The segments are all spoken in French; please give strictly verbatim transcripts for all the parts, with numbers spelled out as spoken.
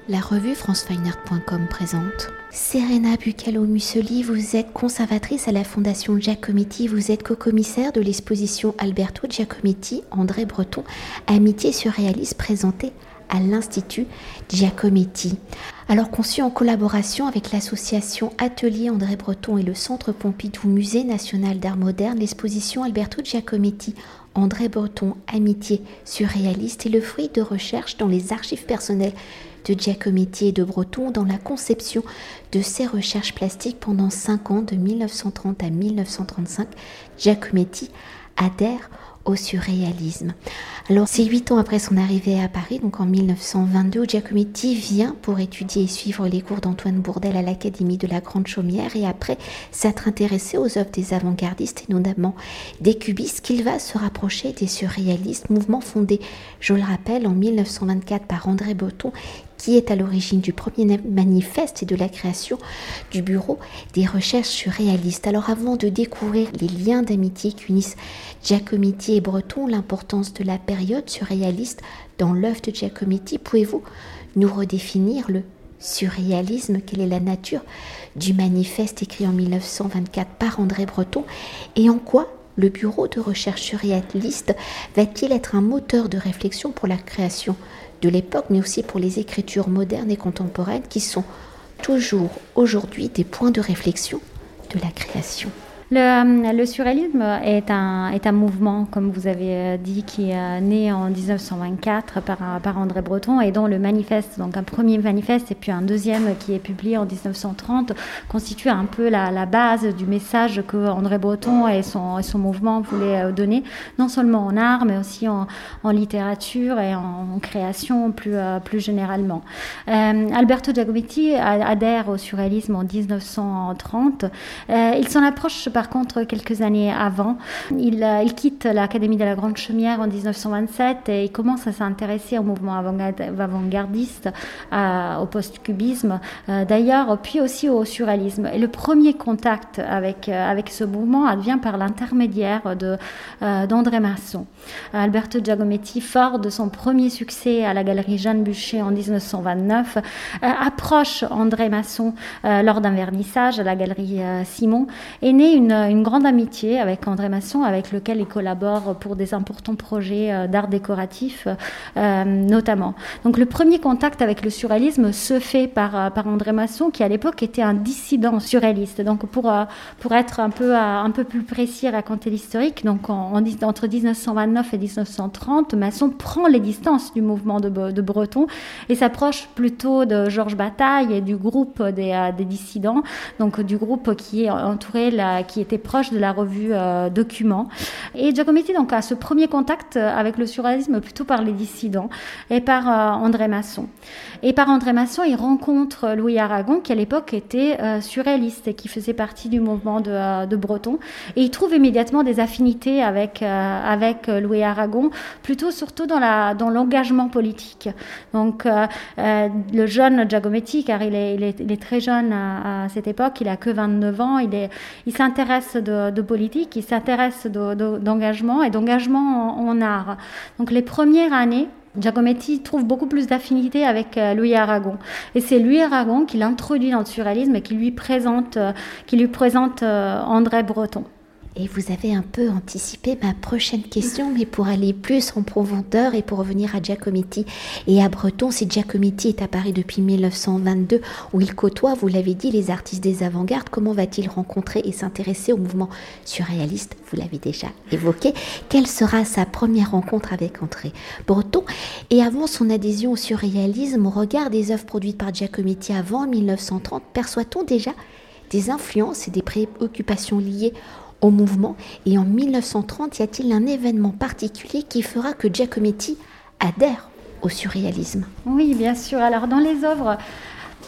La revue france fine art point com présente Serena Bucalo-Musoli, vous êtes conservatrice à la Fondation Giacometti, vous êtes co-commissaire de l'exposition Alberto Giacometti, André Breton, Amitié surréaliste présentée à l'Institut Giacometti. Alors conçu en collaboration avec l'association Atelier André Breton et le Centre Pompidou Musée national d'art moderne, l'exposition Alberto Giacometti, André Breton, Amitié surréaliste est le fruit de recherches dans les archives personnelles de Giacometti et de Breton dans la conception de ces recherches plastiques pendant cinq ans, de mille neuf cent trente à mille neuf cent trente-cinq. Giacometti adhère au surréalisme. Alors, c'est huit ans après son arrivée à Paris, donc en mille neuf cent vingt-deux, où Giacometti vient pour étudier et suivre les cours d'Antoine Bourdelle à l'Académie de la Grande Chaumière et après s'être intéressé aux œuvres des avant-gardistes et notamment des cubistes, qu'il va se rapprocher des surréalistes, mouvement fondé, je le rappelle, en mille neuf cent vingt-quatre par André Breton, qui est à l'origine du premier manifeste et de la création du bureau des recherches surréalistes. Alors avant de découvrir les liens d'amitié qui unissent Giacometti et Breton, l'importance de la période surréaliste dans l'œuvre de Giacometti, pouvez-vous nous redéfinir le surréalisme? Quelle est la nature du manifeste écrit en mille neuf cent vingt-quatre par André Breton et en quoi le bureau de recherche surréaliste va-t-il être un moteur de réflexion pour la création de l'époque, mais aussi pour les écritures modernes et contemporaines qui sont toujours aujourd'hui des points de réflexion de la création? Le, le surréalisme est un, est un mouvement, comme vous avez dit, qui est né en dix-neuf cent vingt-quatre par, par André Breton et dont le manifeste, donc un premier manifeste et puis un deuxième qui est publié en dix-neuf cent trente, constitue un peu la, la base du message que André Breton et son, et son mouvement voulaient donner, non seulement en art, mais aussi en, en littérature et en, en création plus, plus généralement. Euh, Alberto Giacometti adhère au surréalisme en dix-neuf cent trente. Euh, il s'en approche par contre, quelques années avant, il, euh, il quitte l'Académie de la Grande Chaumière en dix-neuf cent vingt-sept et il commence à s'intéresser au mouvement avant-gardiste, euh, au post-cubisme euh, d'ailleurs, puis aussi au surréalisme. Et le premier contact avec, euh, avec ce mouvement advient par l'intermédiaire de, euh, d'André Masson. Alberto Giacometti, fort de son premier succès à la galerie Jeanne Bucher en dix-neuf cent vingt-neuf, euh, approche André Masson euh, lors d'un vernissage à la galerie euh, Simon et naît une Une, une grande amitié avec André Masson, avec lequel il collabore pour des importants projets euh, d'art décoratif, euh, notamment. Donc le premier contact avec le surréalisme se fait par, euh, par André Masson, qui à l'époque était un dissident surréaliste. Donc pour, euh, pour être un peu, euh, un peu plus précis et raconter l'historique, donc en, en, entre dix-neuf cent vingt-neuf et dix-neuf cent trente, Masson prend les distances du mouvement de, de Breton et s'approche plutôt de Georges Bataille et du groupe des, euh, des dissidents, donc du groupe qui est entouré la, qui était proche de la revue euh, Document. Et Giacometti donc, a ce premier contact avec le surréalisme plutôt par les dissidents et par euh, André Masson. Et par André Masson, il rencontre Louis Aragon, qui à l'époque était euh, surréaliste et qui faisait partie du mouvement de, euh, de Breton. Et il trouve immédiatement des affinités avec, euh, avec Louis Aragon, plutôt surtout dans, la, dans l'engagement politique. Donc euh, euh, le jeune Giacometti, car il est, il est, il est très jeune à, à cette époque, il a que vingt-neuf ans, il, est, il s'intéresse De, de politique, il s'intéresse de, de, d'engagement et d'engagement en, en art. Donc les premières années, Giacometti trouve beaucoup plus d'affinité avec euh, Louis Aragon. Et c'est Louis Aragon qui l'introduit dans le surréalisme et qui lui présente, euh, qui lui présente euh, André Breton. Et vous avez un peu anticipé ma prochaine question, mais pour aller plus en profondeur et pour revenir à Giacometti et à Breton, si Giacometti est à Paris depuis mille neuf cent vingt-deux, où il côtoie, vous l'avez dit, les artistes des avant-gardes, comment va-t-il rencontrer et s'intéresser au mouvement surréaliste? Vous l'avez déjà évoqué. Quelle sera sa première rencontre avec André Breton? Et avant son adhésion au surréalisme, au regard des œuvres produites par Giacometti avant mille neuf cent trente, perçoit-on déjà des influences et des préoccupations liées au mouvement? Et en mille neuf cent trente, y a-t-il un événement particulier qui fera que Giacometti adhère au surréalisme? Oui, bien sûr. Alors, dans les œuvres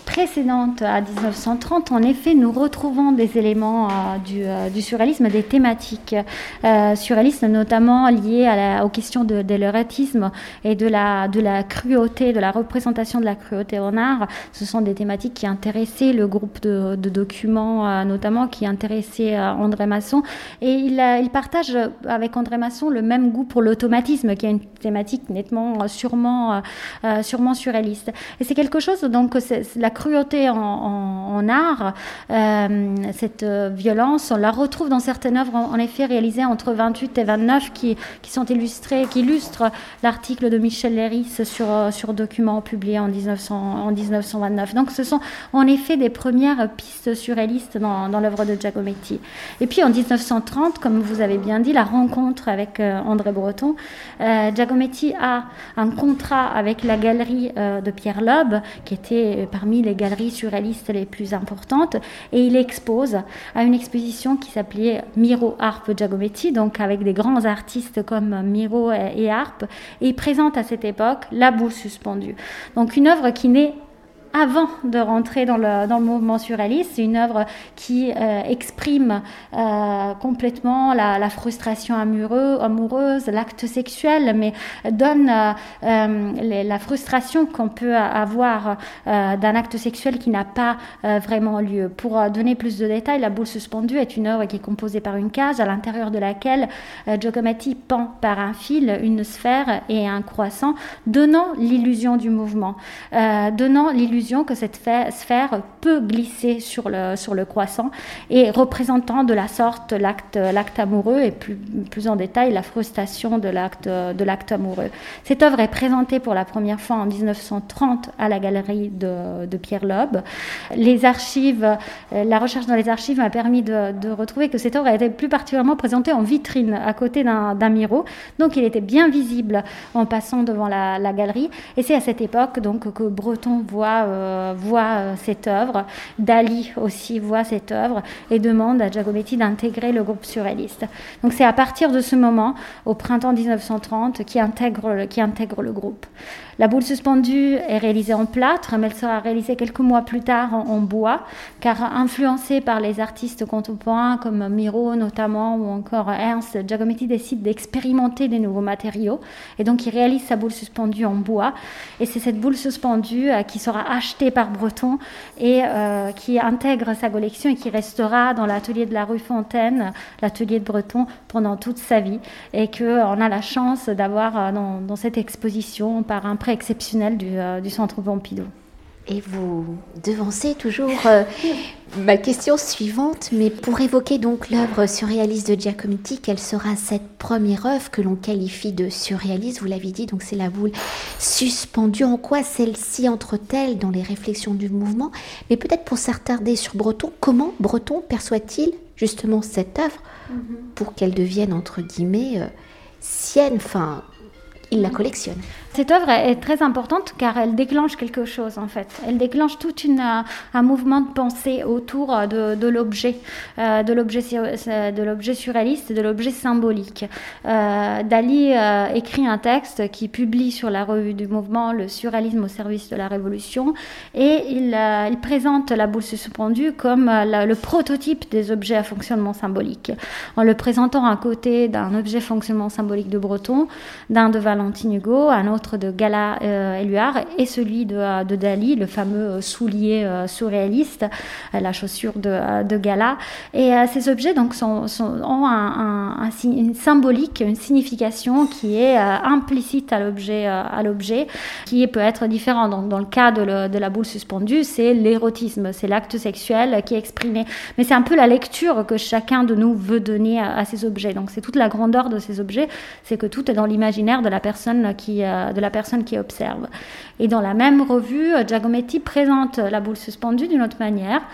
précédente à dix-neuf cent trente, en effet, nous retrouvons des éléments euh, du, euh, du surréalisme, des thématiques euh, surréalistes, notamment liées à la, aux questions de, de l'érotisme et de la, de la cruauté, de la représentation de la cruauté en art. Ce sont des thématiques qui intéressaient le groupe de, de documents, euh, notamment, qui intéressaient euh, André Masson. Et il, euh, il partage avec André Masson le même goût pour l'automatisme, qui est une thématique nettement, sûrement, euh, sûrement surréaliste. Et c'est quelque chose, donc, c'est, c'est la cruauté en, en, en art, euh, cette euh, violence, on la retrouve dans certaines œuvres, en, en effet, réalisées entre vingt-huit et vingt-neuf, qui, qui sont illustrées, qui illustrent l'article de Michel Léris sur, sur Documents publié en dix-neuf cents, en dix-neuf cent vingt-neuf. Donc, ce sont en effet des premières pistes surréalistes dans, dans l'œuvre de Giacometti. Et puis, en dix-neuf cent trente, comme vous avez bien dit, la rencontre avec euh, André Breton, euh, Giacometti a un contrat avec la galerie euh, de Pierre Loeb, qui était parmi les galeries surréalistes les plus importantes, et il expose à une exposition qui s'appelait Miro, Harpe, Giacometti, donc avec des grands artistes comme Miro et, et Harpe, et il présente à cette époque La Boule suspendue. Donc une œuvre qui naît avant de rentrer dans le, dans le mouvement surréaliste. C'est une œuvre qui euh, exprime euh, complètement la, la frustration amoureux, amoureuse, l'acte sexuel, mais donne euh, euh, les, la frustration qu'on peut avoir euh, d'un acte sexuel qui n'a pas euh, vraiment lieu. Pour euh, donner plus de détails, La Boule suspendue est une œuvre qui est composée par une cage à l'intérieur de laquelle euh, Giacometti pend par un fil une sphère et un croissant, donnant l'illusion du mouvement, euh, donnant l'illusion que cette sphère peut glisser sur le, sur le croissant et représentant de la sorte l'acte, l'acte amoureux et plus, plus en détail la frustration de l'acte, de l'acte amoureux. Cette œuvre est présentée pour la première fois en dix-neuf cent trente à la galerie de, de Pierre Loeb. Les archives, la recherche dans les archives m'a permis de, de retrouver que cette œuvre a été plus particulièrement présentée en vitrine à côté d'un, d'un Miro, donc il était bien visible en passant devant la, la galerie, et c'est à cette époque donc que Breton voit Euh, voit euh, cette œuvre, Dali aussi voit cette œuvre et demande à Giacometti d'intégrer le groupe surréaliste. Donc c'est à partir de ce moment, au printemps dix-neuf cent trente, qu'il intègre, qu'il intègre le groupe. La Boule suspendue est réalisée en plâtre, mais elle sera réalisée quelques mois plus tard en, en bois, car influencé par les artistes contemporains comme Miro notamment ou encore Ernst, Giacometti décide d'expérimenter des nouveaux matériaux et donc il réalise sa boule suspendue en bois, et c'est cette boule suspendue euh, qui sera achetée par Breton et euh, qui intègre sa collection et qui restera dans l'atelier de la rue Fontaine, l'atelier de Breton, pendant toute sa vie, et qu'on a la chance d'avoir euh, dans, dans cette exposition par un prêt exceptionnel du, euh, du Centre Pompidou. Et vous devancez toujours euh, ma question suivante, mais pour évoquer donc l'œuvre surréaliste de Giacometti, quelle sera cette première œuvre que l'on qualifie de surréaliste? Vous l'avez dit, donc c'est La Boule suspendue. En quoi celle-ci entre-t-elle dans les réflexions du mouvement? Mais peut-être pour s'attarder sur Breton, comment Breton perçoit-il justement cette œuvre mm-hmm. pour qu'elle devienne entre guillemets euh, sienne, enfin il la collectionne? Cette œuvre est très importante car elle déclenche quelque chose en fait. Elle déclenche tout une, un mouvement de pensée autour de, de l'objet, euh, de l'objet, de l'objet surréaliste, de l'objet symbolique. Euh, Dali euh, écrit un texte qui publie sur la revue du mouvement Le surréalisme au service de la révolution, et il, euh, il présente la boule suspendue comme euh, la, le prototype des objets à fonctionnement symbolique, en le présentant à côté d'un objet fonctionnement symbolique de Breton, d'un de Valentine Hugo, un autre de Gala euh, Éluard, et celui de, de Dali, le fameux soulier euh, surréaliste, euh, la chaussure de, de Gala. Et euh, ces objets donc, sont, sont, ont un, un, un, une symbolique, une signification qui est euh, implicite à l'objet, euh, à l'objet, qui peut être différent. Donc, dans le cas de, le, de la boule suspendue, c'est l'érotisme, c'est l'acte sexuel qui est exprimé. Mais c'est un peu la lecture que chacun de nous veut donner à, à ces objets. Donc c'est toute la grandeur de ces objets, c'est que tout est dans l'imaginaire de la personne qui euh, de la personne qui observe. Et dans la même revue, Giacometti présente la boule suspendue d'une autre manière,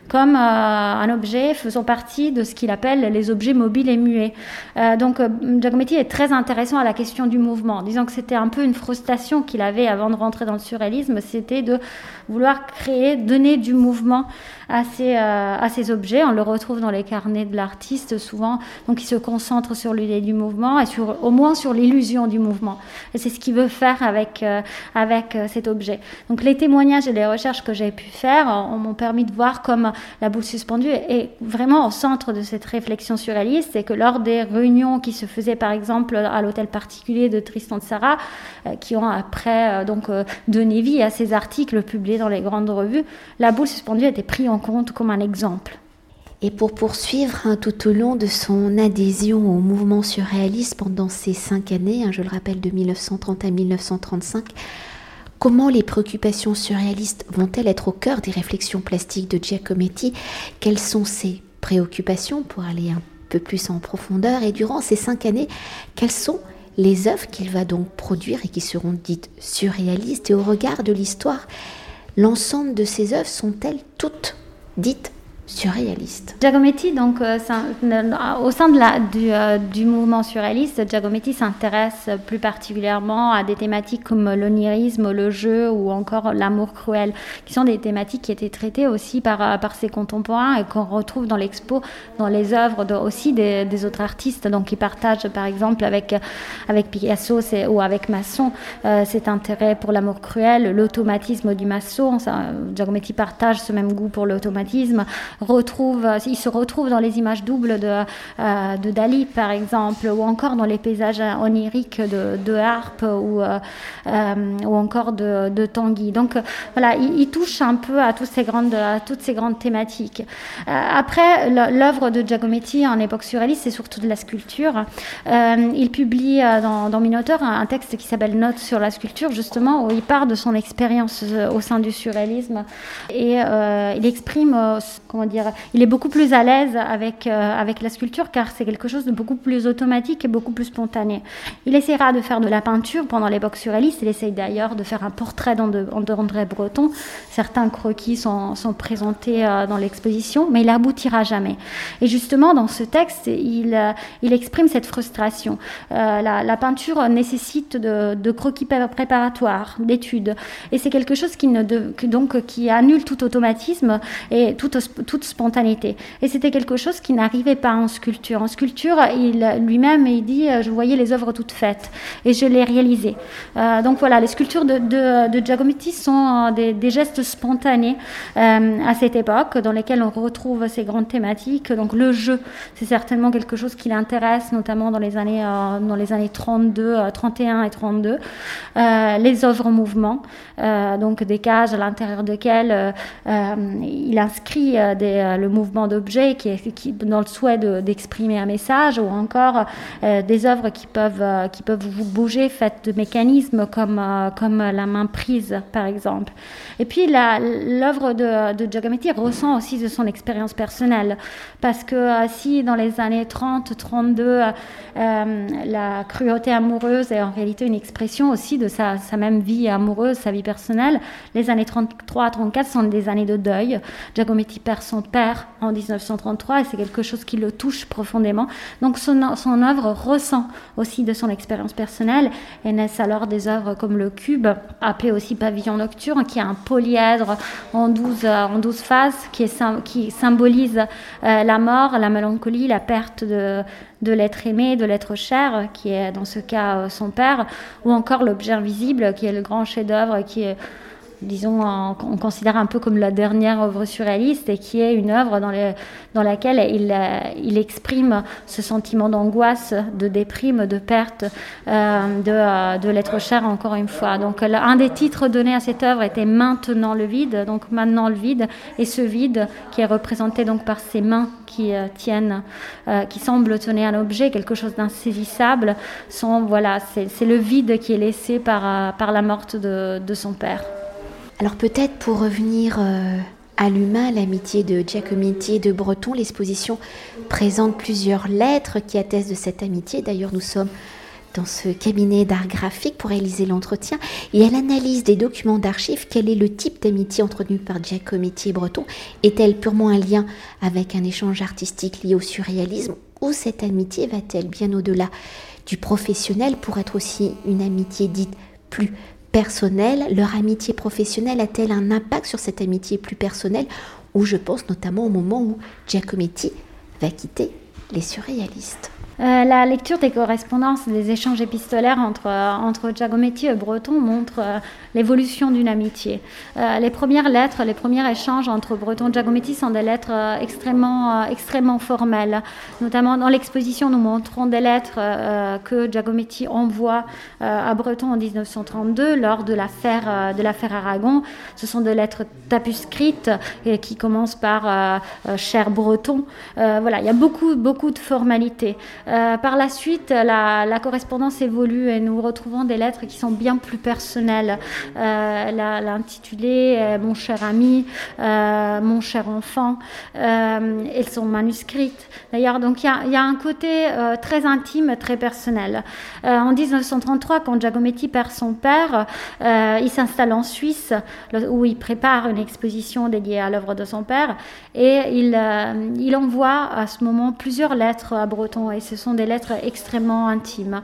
comme euh, un objet faisant partie de ce qu'il appelle les objets mobiles et muets. Euh, donc euh, Giacometti est très intéressant à la question du mouvement, disant que c'était un peu une frustration qu'il avait avant de rentrer dans le surréalisme, c'était de vouloir créer, donner du mouvement à ces, euh, à ces objets. On le retrouve dans les carnets de l'artiste souvent, donc il se concentre sur l'idée du mouvement et sur, au moins sur l'illusion du mouvement. Et c'est ce qu'il veut faire avec, euh, avec euh, cet objet. Donc les témoignages et les recherches que j'ai pu faire euh, m'ont permis de voir comme la boule suspendue est vraiment au centre de cette réflexion surréaliste, et que lors des réunions qui se faisaient par exemple à l'hôtel particulier de Tristan Tzara, euh, qui ont après euh, donc, euh, donné vie à ces articles publiés dans les grandes revues, la boule suspendue était prise en compte comme un exemple. Et pour poursuivre hein, tout au long de son adhésion au mouvement surréaliste pendant ces cinq années, hein, je le rappelle de mille neuf cent trente à mille neuf cent trente-cinq, comment les préoccupations surréalistes vont-elles être au cœur des réflexions plastiques de Giacometti? Quelles sont ses préoccupations pour aller un peu plus en profondeur? Et durant ces cinq années, quelles sont les œuvres qu'il va donc produire et qui seront dites surréalistes? Et au regard de l'histoire, l'ensemble de ces œuvres sont-elles toutes dites surréaliste. Giacometti, donc, euh, au sein de la, du, euh, du mouvement surréaliste, Giacometti s'intéresse plus particulièrement à des thématiques comme l'onirisme, le jeu ou encore l'amour cruel, qui sont des thématiques qui étaient traitées aussi par, par ses contemporains et qu'on retrouve dans l'expo, dans les œuvres de, aussi des, des autres artistes, donc qui partagent par exemple avec, avec Picasso ou avec Masson euh, cet intérêt pour l'amour cruel, l'automatisme du Masson. Ça, Giacometti partage ce même goût pour l'automatisme. Retrouve, il se retrouve dans les images doubles de, euh, de Dali par exemple, ou encore dans les paysages oniriques de, de Harpe ou, euh, euh, ou encore de, de Tanguy. Donc voilà, il, il touche un peu à, tous ces grandes, à toutes ces grandes thématiques. Euh, après, l'œuvre de Giacometti en époque surréaliste, c'est surtout de la sculpture. Euh, il publie dans, dans Minotaure un texte qui s'appelle Notes sur la sculpture, justement, où il part de son expérience au sein du surréalisme et euh, il exprime, euh, comment dire, il est beaucoup plus à l'aise avec, euh, avec la sculpture car c'est quelque chose de beaucoup plus automatique et beaucoup plus spontané. Il essaiera de faire de la peinture pendant l'époque surréaliste, il essaye d'ailleurs de faire un portrait d'André Breton. Certains croquis sont, sont présentés euh, dans l'exposition, mais il aboutira jamais. Et justement, dans ce texte, il, euh, il exprime cette frustration. Euh, la, la peinture nécessite de, de croquis préparatoires, d'études, et c'est quelque chose qui, ne de, que, donc, qui annule tout automatisme et toute, toute spontanéité. Et c'était quelque chose qui n'arrivait pas en sculpture. En sculpture, il, lui-même, il dit « je voyais les œuvres toutes faites et je les réalisais euh, ». Donc voilà, les sculptures de, de, de Giacometti sont des, des gestes spontanés euh, à cette époque, dans lesquels on retrouve ces grandes thématiques. Donc le jeu, c'est certainement quelque chose qui l'intéresse, notamment dans les années, euh, dans les années trente-deux, trente et un et trente-deux. Euh, les œuvres en mouvement, euh, donc des cages à l'intérieur desquelles euh, euh, il inscrit euh, des, euh, le mouvement d'objets qui est, qui, dans le souhait de, d'exprimer un message, ou encore euh, des œuvres qui peuvent, euh, qui peuvent vous bouger, faites de mécanismes comme, euh, comme la main prise, par exemple. Et puis la, l'œuvre de, de Giacometti ressent aussi de son expérience personnelle, parce que euh, si dans les années trente trente-deux, euh, la cruauté amoureuse est en réalité une expression aussi de sa, sa même vie amoureuse, sa vie personnelle, les années trente-trois trente-quatre sont des années de deuil. Giacometti perd son père en dix-neuf cent trente-trois et c'est quelque chose qui le touche profondément. Donc son, son œuvre ressent aussi de son expérience personnelle, et naissent alors des œuvres comme le Cube, appelé aussi Pavillon nocturne, qui est un polyèdre en douze, en douze phases qui, est, qui symbolise euh, la mort, la mélancolie, la perte de, de l'être aimé, de l'être cher, qui est dans ce cas euh, son père, ou encore l'objet invisible, qui est le grand chef-d'œuvre, qui est, disons, on considère un peu comme la dernière œuvre surréaliste, et qui est une œuvre dans, les, dans laquelle il, il exprime ce sentiment d'angoisse, de déprime, de perte euh, de, de l'être cher, encore une fois. Donc un des titres donnés à cette œuvre était « Maintenant le vide », donc maintenant le vide, et ce vide qui est représenté donc par ces mains qui euh, tiennent, euh, qui semblent tenir un objet, quelque chose d'insaisissable, sont, voilà, c'est, c'est le vide qui est laissé par, euh, par la mort de, de son père. Alors peut-être pour revenir euh, à l'humain, l'amitié de Giacometti et de Breton, l'exposition présente plusieurs lettres qui attestent de cette amitié. D'ailleurs, nous sommes dans ce cabinet d'art graphique pour réaliser l'entretien et à l'analyse des documents d'archives, quel est le type d'amitié entretenu par Giacometti et Breton? Est-elle purement un lien avec un échange artistique lié au surréalisme, ou cette amitié va-t-elle bien au-delà du professionnel pour être aussi une amitié dite plus personnelle? Leur amitié professionnelle a-t-elle un impact sur cette amitié plus personnelle, ou je pense notamment au moment où Giacometti va quitter les surréalistes? Euh, la lecture des correspondances, des échanges épistolaires entre, euh, entre Giacometti et Breton montre euh, l'évolution d'une amitié. Euh, les premières lettres, les premiers échanges entre Breton et Giacometti sont des lettres euh, extrêmement, euh, extrêmement formelles. Notamment dans l'exposition, nous montrons des lettres euh, que Giacometti envoie euh, à Breton en dix-neuf cent trente-deux lors de l'affaire, euh, de l'affaire Aragon. Ce sont des lettres tapuscrites euh, qui commencent par euh, euh, « cher Breton ». Euh, voilà, il y a beaucoup, beaucoup de formalités. Euh, par la suite, la, la correspondance évolue et nous retrouvons des lettres qui sont bien plus personnelles. Euh, l'intitulé euh, « Mon cher ami euh, »,« Mon cher enfant euh, », elles sont manuscrites. D'ailleurs, donc il y, y a un côté euh, très intime, très personnel. Euh, en dix-neuf cent trente-trois, quand Giacometti perd son père, euh, il s'installe en Suisse où il prépare une exposition dédiée à l'œuvre de son père et il, euh, il envoie à ce moment plusieurs lettres à Breton et ce sont des lettres extrêmement intimes.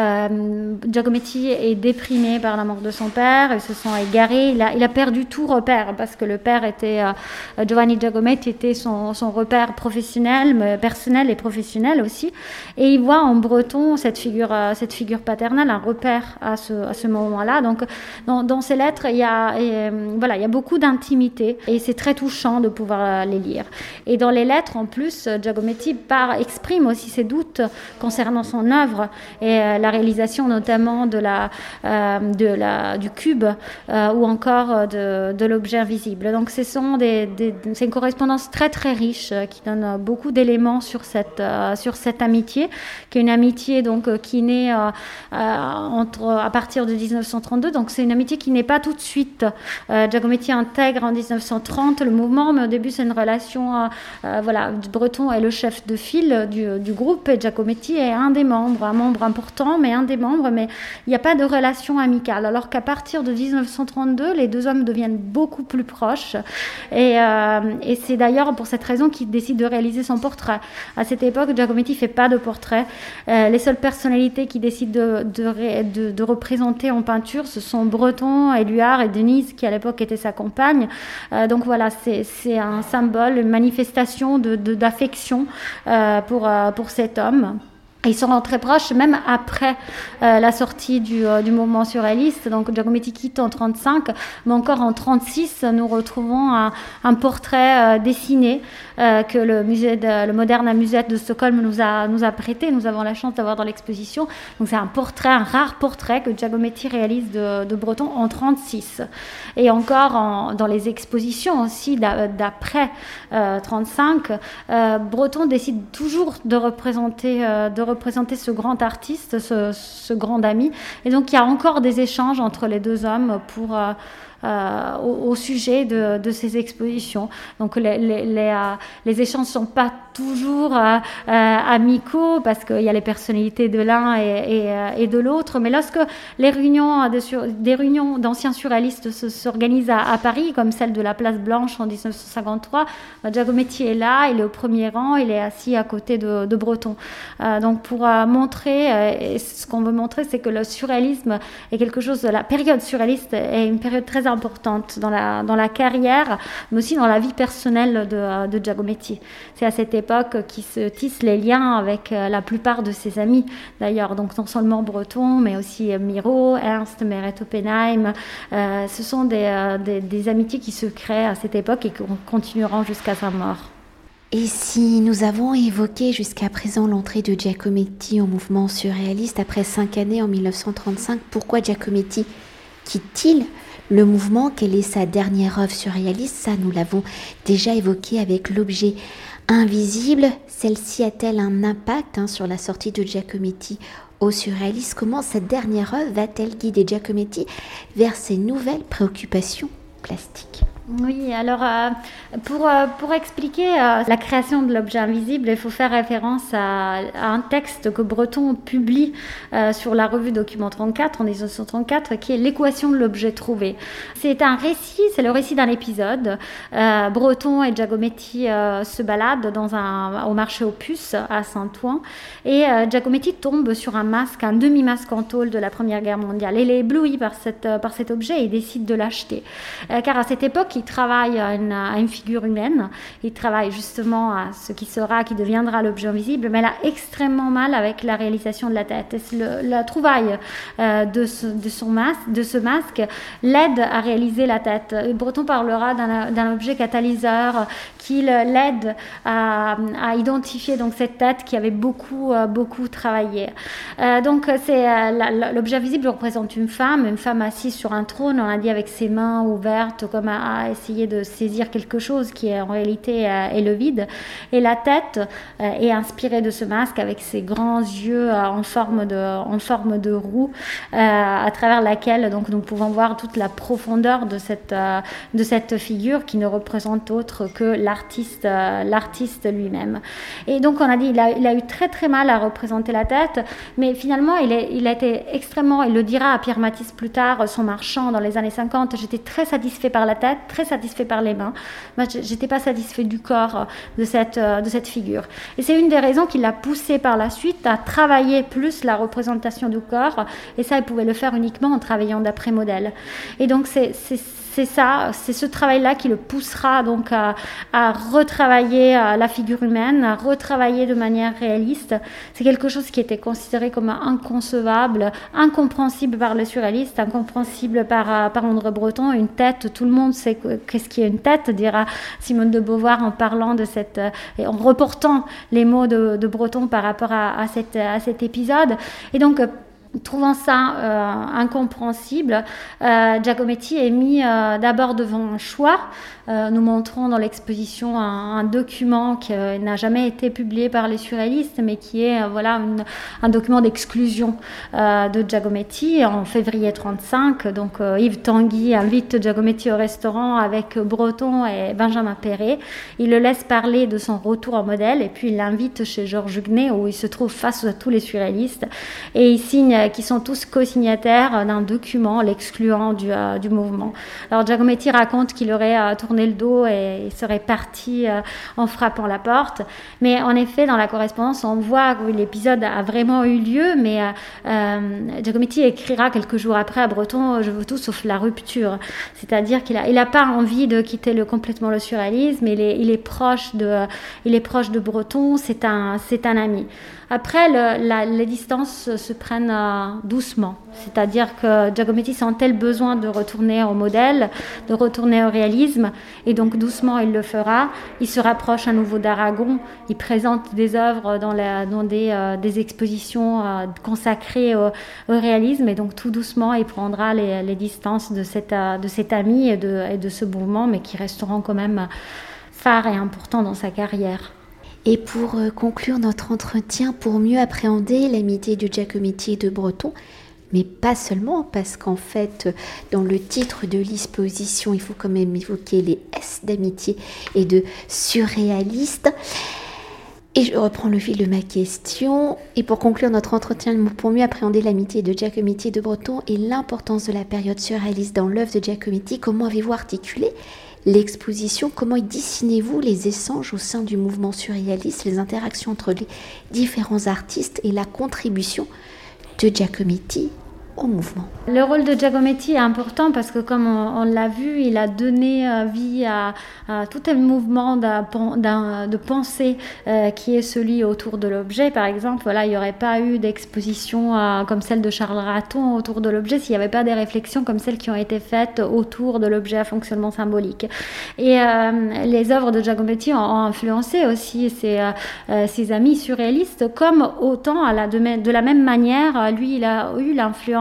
Euh, Giacometti est déprimé par la mort de son père, ils se sont égarés, il a, il a perdu tout repère parce que le père était, euh, Giovanni Giacometti était son, son repère professionnel, mais personnel et professionnel aussi, et il voit en Breton cette figure, euh, cette figure paternelle, un repère à ce, à ce moment-là. Donc dans, dans ces lettres, il y a, et, voilà, il y a beaucoup d'intimité et c'est très touchant de pouvoir les lire. Et dans les lettres, en plus, Giacometti par, exprime aussi ses doutes concernant son œuvre et euh, la réalisation notamment de la, euh, de la, du cube euh, ou encore de, de l'objet invisible. Donc ce sont des, des, c'est une correspondance très très riche euh, qui donne beaucoup d'éléments sur cette, euh, sur cette amitié, qui est une amitié donc, euh, qui naît euh, euh, entre, à partir de dix-neuf cent trente-deux. Donc c'est une amitié qui n'est pas tout de suite. Euh, Giacometti intègre en dix-neuf cent trente le mouvement, mais au début c'est une relation, euh, euh, voilà, Breton est le chef de file du, du groupe et Giacometti est un des membres, un membre important, mais un des membres, mais il n'y a pas de relation amicale. Alors qu'à partir de dix-neuf cent trente-deux, les deux hommes deviennent beaucoup plus proches. Et, euh, et c'est d'ailleurs pour cette raison qu'il décide de réaliser son portrait. À cette époque, Giacometti ne fait pas de portrait. Euh, les seules personnalités qui décident de, de, de, de représenter en peinture, ce sont Breton, Éluard et Denise, qui à l'époque était sa compagne. Euh, donc voilà, c'est, c'est un symbole, une manifestation de, de, d'affection euh, pour, euh, pour cet homme. Ils sont très proches, même après euh, la sortie du, euh, du mouvement surréaliste. Donc Giacometti quitte en trente-cinq, mais encore en trente-six, nous retrouvons un, un portrait euh, dessiné euh, que le musée, de, le Moderna Musette de Stockholm nous a nous a prêté. Nous avons la chance d'avoir dans l'exposition. Donc c'est un portrait, un rare portrait que Giacometti réalise de, de Breton en trente-six. Et encore en, dans les expositions aussi d'après euh, trente-cinq, euh, Breton décide toujours de représenter euh, de représenter ce grand artiste, ce, ce grand ami. Et donc, il y a encore des échanges entre les deux hommes pour, euh, euh, au, au sujet de, de ces expositions. Donc, les, les, les, euh, les échanges ne sont pas toujours euh, euh, amicaux parce qu'il y a les personnalités de l'un et, et, euh, et de l'autre. Mais lorsque les réunions de sur, des réunions d'anciens surréalistes se, s'organisent à, à Paris, comme celle de la Place Blanche en dix-neuf cent cinquante-trois, Giacometti est là, il est au premier rang, il est assis à côté de, de Breton. Euh, donc pour euh, montrer, euh, et ce qu'on veut montrer, c'est que le surréalisme est quelque chose, de la période surréaliste est une période très importante dans la, dans la carrière, mais aussi dans la vie personnelle de, de Giacometti. C'est à cette époque qui se tissent les liens avec la plupart de ses amis d'ailleurs, donc non seulement Breton mais aussi Miro, Ernst, Meret Oppenheim. Euh, ce sont des, euh, des, des amitiés qui se créent à cette époque et qui continueront jusqu'à sa mort. Et si nous avons évoqué jusqu'à présent l'entrée de Giacometti au mouvement surréaliste après cinq années en dix-neuf cent trente-cinq, pourquoi Giacometti quitte-t-il le mouvement? Quelle est sa dernière œuvre surréaliste? Ça, nous l'avons déjà évoqué avec l'objet invisible. Celle-ci a-t-elle un impact hein, sur la sortie de Giacometti au surréalisme? Comment cette dernière œuvre va-t-elle guider Giacometti vers ses nouvelles préoccupations plastiques? Oui, alors euh, pour, euh, pour expliquer euh, la création de l'objet invisible, il faut faire référence à, à un texte que Breton publie euh, sur la revue Document trente-quatre en dix-neuf cent trente-quatre, qui est l'équation de l'objet trouvé. C'est un récit, c'est le récit d'un épisode. Euh, Breton et Giacometti euh, se baladent dans un, au marché aux puces à Saint-Ouen et euh, Giacometti tombe sur un masque, un demi-masque en tôle de la Première Guerre mondiale. Il est ébloui par, cette, par cet objet et il décide de l'acheter. Euh, car à cette époque, il travaille à une, à une figure humaine, il travaille justement à ce qui sera, qui deviendra l'objet invisible, mais il a extrêmement mal avec la réalisation de la tête. Et le, la trouvaille euh, de, ce, de, son masque, de ce masque l'aide à réaliser la tête. Breton parlera d'un, d'un objet catalyseur qui l'aide à, à identifier donc cette tête qui avait beaucoup, beaucoup travaillé. Euh, donc c'est, euh, l'objet invisible représente une femme, une femme assise sur un trône, on a dit avec ses mains ouvertes comme à, à essayer de saisir quelque chose qui est en réalité euh, est le vide. Et la tête euh, est inspirée de ce masque avec ses grands yeux euh, en forme de, en forme de roue, euh, à travers laquelle donc nous pouvons voir toute la profondeur de cette, euh, de cette figure qui ne représente autre que l'artiste, euh, l'artiste lui-même. Et donc on a dit il a, il a eu très très mal à représenter la tête, mais finalement il, est, il a été extrêmement, il le dira à Pierre Matisse plus tard, son marchand dans les années cinquante, j'étais très satisfait par la tête, très satisfait par les mains. Moi, j'étais pas satisfait du corps de cette, de cette figure. Et c'est une des raisons qui l'a poussé par la suite à travailler plus la représentation du corps. Et ça, il pouvait le faire uniquement en travaillant d'après modèle. Et donc, c'est, c'est, c'est ça, c'est ce travail-là qui le poussera donc à, à retravailler la figure humaine, à retravailler de manière réaliste. C'est quelque chose qui était considéré comme inconcevable, incompréhensible par le surréaliste, incompréhensible par, par André Breton. Une tête, tout le monde sait qu'est-ce qui est une tête, dira Simone de Beauvoir en parlant de cette, et en reportant les mots de, de Breton par rapport à, à, cette, à cet épisode. Et donc, trouvant ça euh, incompréhensible, euh, Giacometti est mis euh, d'abord devant un choix. Euh, nous montrons dans l'exposition un, un document qui euh, n'a jamais été publié par les surréalistes, mais qui est euh, voilà, une, un document d'exclusion euh, de Giacometti en février trente-cinq. Donc euh, Yves Tanguy invite Giacometti au restaurant avec Breton et Benjamin Perret. Il le laisse parler de son retour en modèle et puis il l'invite chez Georges Huguenet où il se trouve face à tous les surréalistes et il signe qui sont tous co-signataires d'un document l'excluant du, euh, du mouvement. Alors Giacometti raconte qu'il aurait euh, tourné le dos et il serait parti euh, en frappant la porte. Mais en effet, dans la correspondance, on voit que l'épisode a vraiment eu lieu, mais euh, euh, Giacometti écrira quelques jours après à Breton « Je veux tout sauf la rupture ». C'est-à-dire qu'il n'a il a pas envie de quitter le, complètement le surréalisme, il est, il est, proche, de, il est proche de Breton, c'est un, c'est un ami. Après, le, la, les distances se prennent euh, doucement. C'est-à-dire que Giacometti sent le besoin de retourner au modèle, de retourner au réalisme, et donc doucement il le fera. Il se rapproche à nouveau d'Aragon, il présente des œuvres dans, la, dans des, euh, des expositions euh, consacrées au, au réalisme, et donc tout doucement il prendra les, les distances de, cette, euh, de cet ami et de, et de ce mouvement, mais qui resteront quand même phares et importants dans sa carrière. Et pour conclure notre entretien, pour mieux appréhender l'amitié de Giacometti et de Breton, mais pas seulement, parce qu'en fait, dans le titre de l'exposition, il faut quand même évoquer les S d'amitié et de surréaliste. Et je reprends le fil de ma question. Et pour conclure notre entretien, pour mieux appréhender l'amitié de Giacometti et de Breton et l'importance de la période surréaliste dans l'œuvre de Giacometti, comment avez-vous articulé l'exposition? Comment dessinez-vous les échanges au sein du mouvement surréaliste, les interactions entre les différents artistes et la contribution de Giacometti au mouvement? Le rôle de Giacometti est important parce que, comme on, on l'a vu, il a donné euh, vie à, à tout un mouvement d'un, d'un, de pensée euh, qui est celui autour de l'objet. Par exemple, voilà, il n'y aurait pas eu d'exposition euh, comme celle de Charles Raton autour de l'objet s'il n'y avait pas des réflexions comme celles qui ont été faites autour de l'objet à fonctionnement symbolique. Et euh, les œuvres de Giacometti ont, ont influencé aussi ses, euh, ses amis surréalistes, comme autant à la, de, de la même manière, lui, il a eu l'influence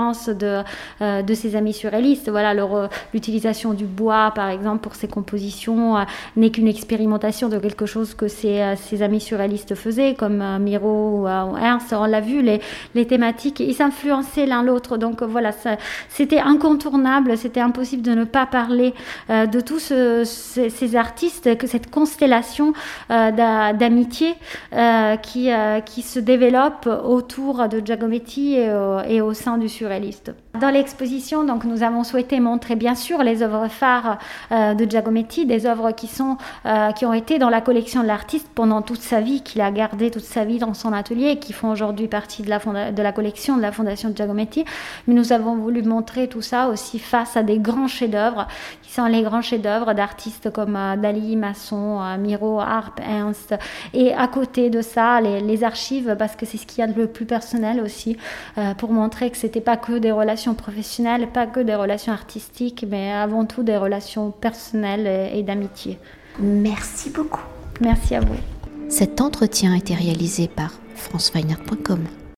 l'influence de, euh, de ces amis surréalistes. Voilà, leur, l'utilisation du bois, par exemple, pour ces compositions euh, n'est qu'une expérimentation de quelque chose que ces, euh, ces amis surréalistes faisaient, comme euh, Miro ou euh, Ernst. On l'a vu, les, les thématiques, ils s'influençaient l'un l'autre. Donc euh, voilà, ça, c'était incontournable, c'était impossible de ne pas parler euh, de tous ce, ces, ces artistes, que cette constellation euh, d'a, d'amitié euh, qui, euh, qui se développe autour de Giacometti et, euh, et au sein du surréaliste. Dans l'exposition, donc, nous avons souhaité montrer bien sûr les œuvres phares euh, de Giacometti, des œuvres qui, sont, euh, qui ont été dans la collection de l'artiste pendant toute sa vie, qu'il a gardé toute sa vie dans son atelier, et qui font aujourd'hui partie de la, fonda- de la collection de la Fondation Giacometti. Mais nous avons voulu montrer tout ça aussi face à des grands chefs-d'œuvre, qui sont les grands chefs-d'œuvre d'artistes comme euh, Dali, Masson, euh, Miro, Arp, Ernst. Et à côté de ça, les, les archives, parce que c'est ce qu'il y a de le plus personnel aussi, euh, pour montrer que c'était pas que des relations professionnelles, pas que des relations artistiques, mais avant tout des relations personnelles et, et d'amitié. Merci beaucoup. Merci à vous. Cet entretien a été réalisé par france fine art point com.